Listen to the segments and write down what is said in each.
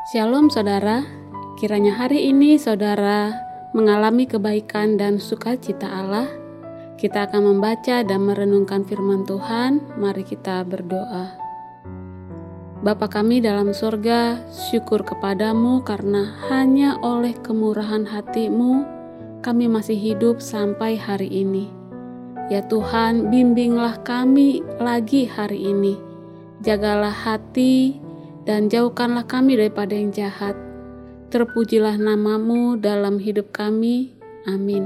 Shalom saudara, kiranya hari ini saudara mengalami kebaikan dan sukacita Allah. Kita akan membaca dan merenungkan firman Tuhan. Mari kita berdoa. Bapa kami dalam surga, syukur kepadamu karena hanya oleh kemurahan hati-Mu kami masih hidup sampai hari ini. Ya Tuhan, bimbinglah kami lagi hari ini. Jagalah hati dan jauhkanlah kami daripada yang jahat. Terpujilah nama-Mu dalam hidup kami. Amin.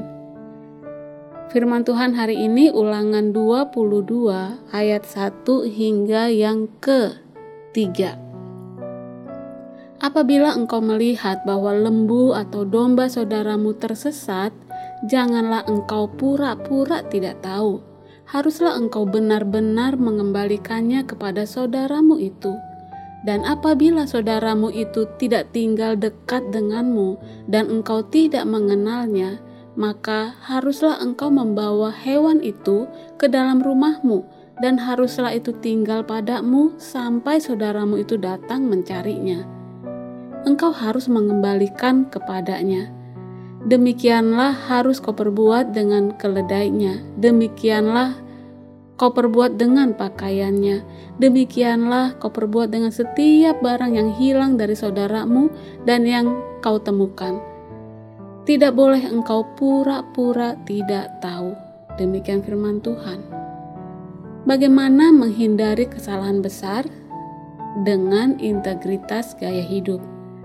Firman Tuhan hari ini Ulangan 22 ayat 1 hingga yang ke-3. Apabila engkau melihat bahwa lembu atau domba saudaramu tersesat, janganlah engkau pura-pura tidak tahu. Haruslah engkau benar-benar mengembalikannya kepada saudaramu itu. Dan apabila saudaramu itu tidak tinggal dekat denganmu dan engkau tidak mengenalnya, maka haruslah engkau membawa hewan itu ke dalam rumahmu dan haruslah itu tinggal padamu sampai saudaramu itu datang mencarinya. Engkau harus mengembalikan kepadanya. Demikianlah harus kau perbuat dengan keledainya, demikianlah kau perbuat dengan pakaiannya, demikianlah kau perbuat dengan setiap barang yang hilang dari saudaramu dan yang kau temukan. Tidak boleh engkau pura-pura tidak tahu. Demikian firman Tuhan. Bagaimana menghindari kesalahan besar? Dengan integritas gaya hidup.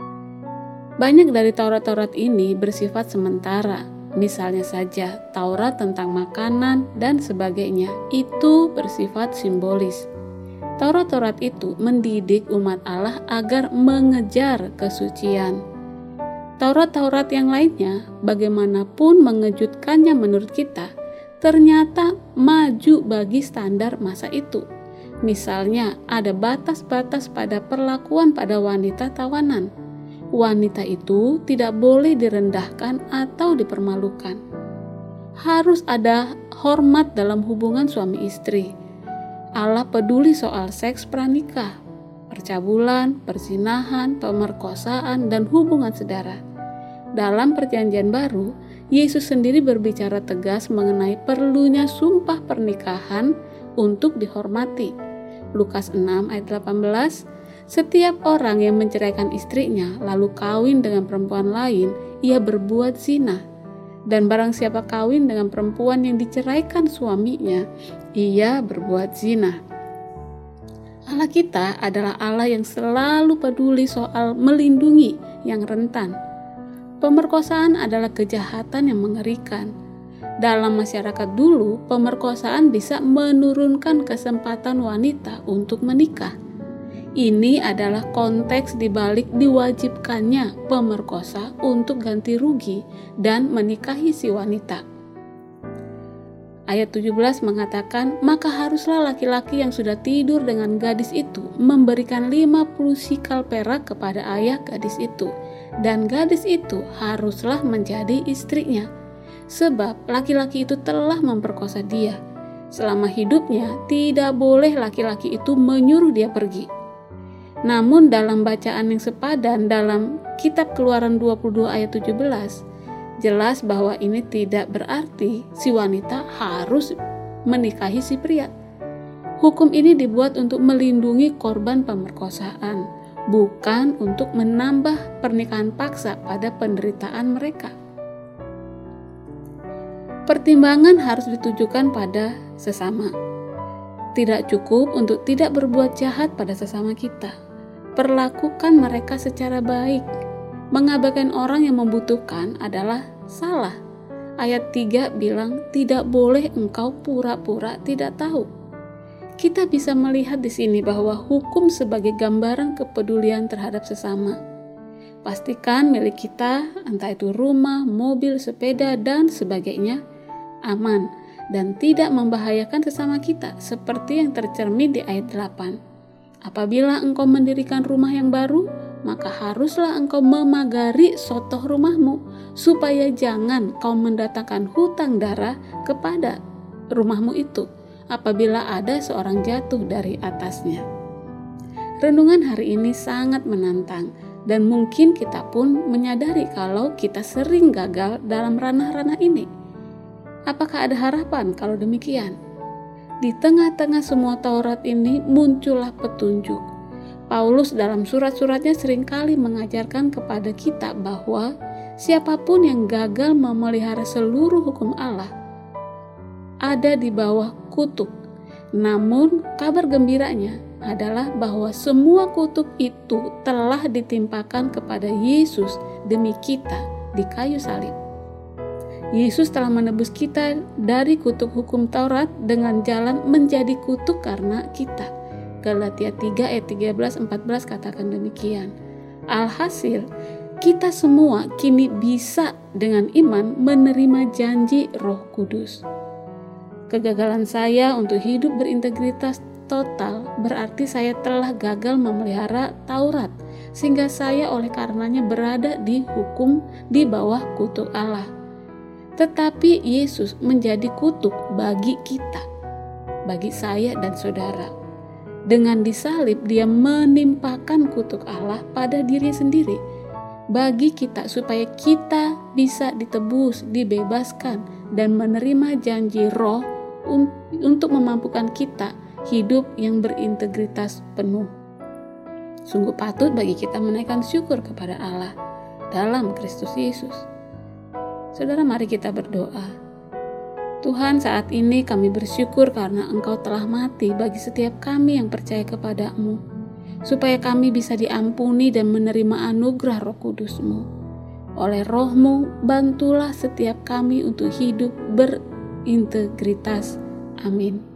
Banyak dari Taurat-Taurat ini bersifat sementara. Misalnya saja Taurat tentang makanan dan sebagainya, itu bersifat simbolis. Taurat-Taurat itu mendidik umat Allah agar mengejar kesucian. Taurat-Taurat yang lainnya, bagaimanapun mengejutkannya menurut kita, ternyata maju bagi standar masa itu. Misalnya ada batas-batas pada perlakuan pada wanita tawanan. Wanita itu tidak boleh direndahkan atau dipermalukan. Harus ada hormat dalam hubungan suami istri. Allah peduli soal seks pranikah, percabulan, perzinahan, pemerkosaan, dan hubungan saudara. Dalam Perjanjian Baru, Yesus sendiri berbicara tegas mengenai perlunya sumpah pernikahan untuk dihormati. Lukas 6 ayat 18, setiap orang yang menceraikan istrinya lalu kawin dengan perempuan lain, ia berbuat zina. Dan barang siapa kawin dengan perempuan yang diceraikan suaminya, ia berbuat zina. Allah kita adalah Allah yang selalu peduli soal melindungi yang rentan. Pemerkosaan adalah kejahatan yang mengerikan. Dalam masyarakat dulu, pemerkosaan bisa menurunkan kesempatan wanita untuk menikah. Ini adalah konteks dibalik diwajibkannya pemerkosa untuk ganti rugi dan menikahi si wanita. Ayat 17 mengatakan, maka haruslah laki-laki yang sudah tidur dengan gadis itu memberikan 50 sikal perak kepada ayah gadis itu, dan gadis itu haruslah menjadi istrinya, sebab laki-laki itu telah memperkosa dia. Selama hidupnya tidak boleh laki-laki itu menyuruh dia pergi. Namun dalam bacaan yang sepadan dalam kitab Keluaran 22 ayat 17, jelas bahwa ini tidak berarti si wanita harus menikahi si pria. Hukum ini dibuat untuk melindungi korban pemerkosaan, bukan untuk menambah pernikahan paksa pada penderitaan mereka. Pertimbangan harus ditujukan pada sesama. Tidak cukup untuk tidak berbuat jahat pada sesama kita. Perlakukan mereka secara baik. Mengabaikan orang yang membutuhkan adalah salah. Ayat 3 bilang, tidak boleh engkau pura-pura tidak tahu. Kita bisa melihat di sini bahwa hukum sebagai gambaran kepedulian terhadap sesama. Pastikan milik kita, entah itu rumah, mobil, sepeda, dan sebagainya, aman dan tidak membahayakan sesama kita, seperti yang tercermin di ayat 8. Apabila engkau mendirikan rumah yang baru, maka haruslah engkau memagari sotoh rumahmu, supaya jangan kau mendatangkan hutang darah kepada rumahmu itu, apabila ada seorang jatuh dari atasnya. Renungan hari ini sangat menantang. Dan mungkin kita pun menyadari kalau kita sering gagal dalam ranah-ranah ini. Apakah ada harapan kalau demikian? Di tengah-tengah semua Taurat ini muncullah petunjuk. Paulus dalam surat-suratnya seringkali mengajarkan kepada kita bahwa siapapun yang gagal memelihara seluruh hukum Allah ada di bawah kutuk. Namun kabar gembiranya adalah bahwa semua kutuk itu telah ditimpakan kepada Yesus demi kita di kayu salib. Yesus telah menebus kita dari kutuk hukum Taurat dengan jalan menjadi kutuk karena kita. Galatia 3 ayat 13-14 katakan demikian. Alhasil, kita semua kini bisa dengan iman menerima janji Roh Kudus. Kegagalan saya untuk hidup berintegritas total berarti saya telah gagal memelihara Taurat, sehingga saya oleh karenanya berada di hukum di bawah kutuk Allah. Tetapi Yesus menjadi kutuk bagi kita, bagi saya dan saudara. Dengan disalib, Dia menimpakan kutuk Allah pada diri sendiri bagi kita supaya kita bisa ditebus, dibebaskan, dan menerima janji Roh untuk memampukan kita hidup yang berintegritas penuh. Sungguh patut bagi kita menaikkan syukur kepada Allah dalam Kristus Yesus. Saudara, mari kita berdoa. Tuhan, saat ini kami bersyukur karena Engkau telah mati bagi setiap kami yang percaya kepada-Mu, supaya kami bisa diampuni dan menerima anugerah Roh Kudus-Mu. Oleh Roh-Mu, bantulah setiap kami untuk hidup berintegritas. Amin.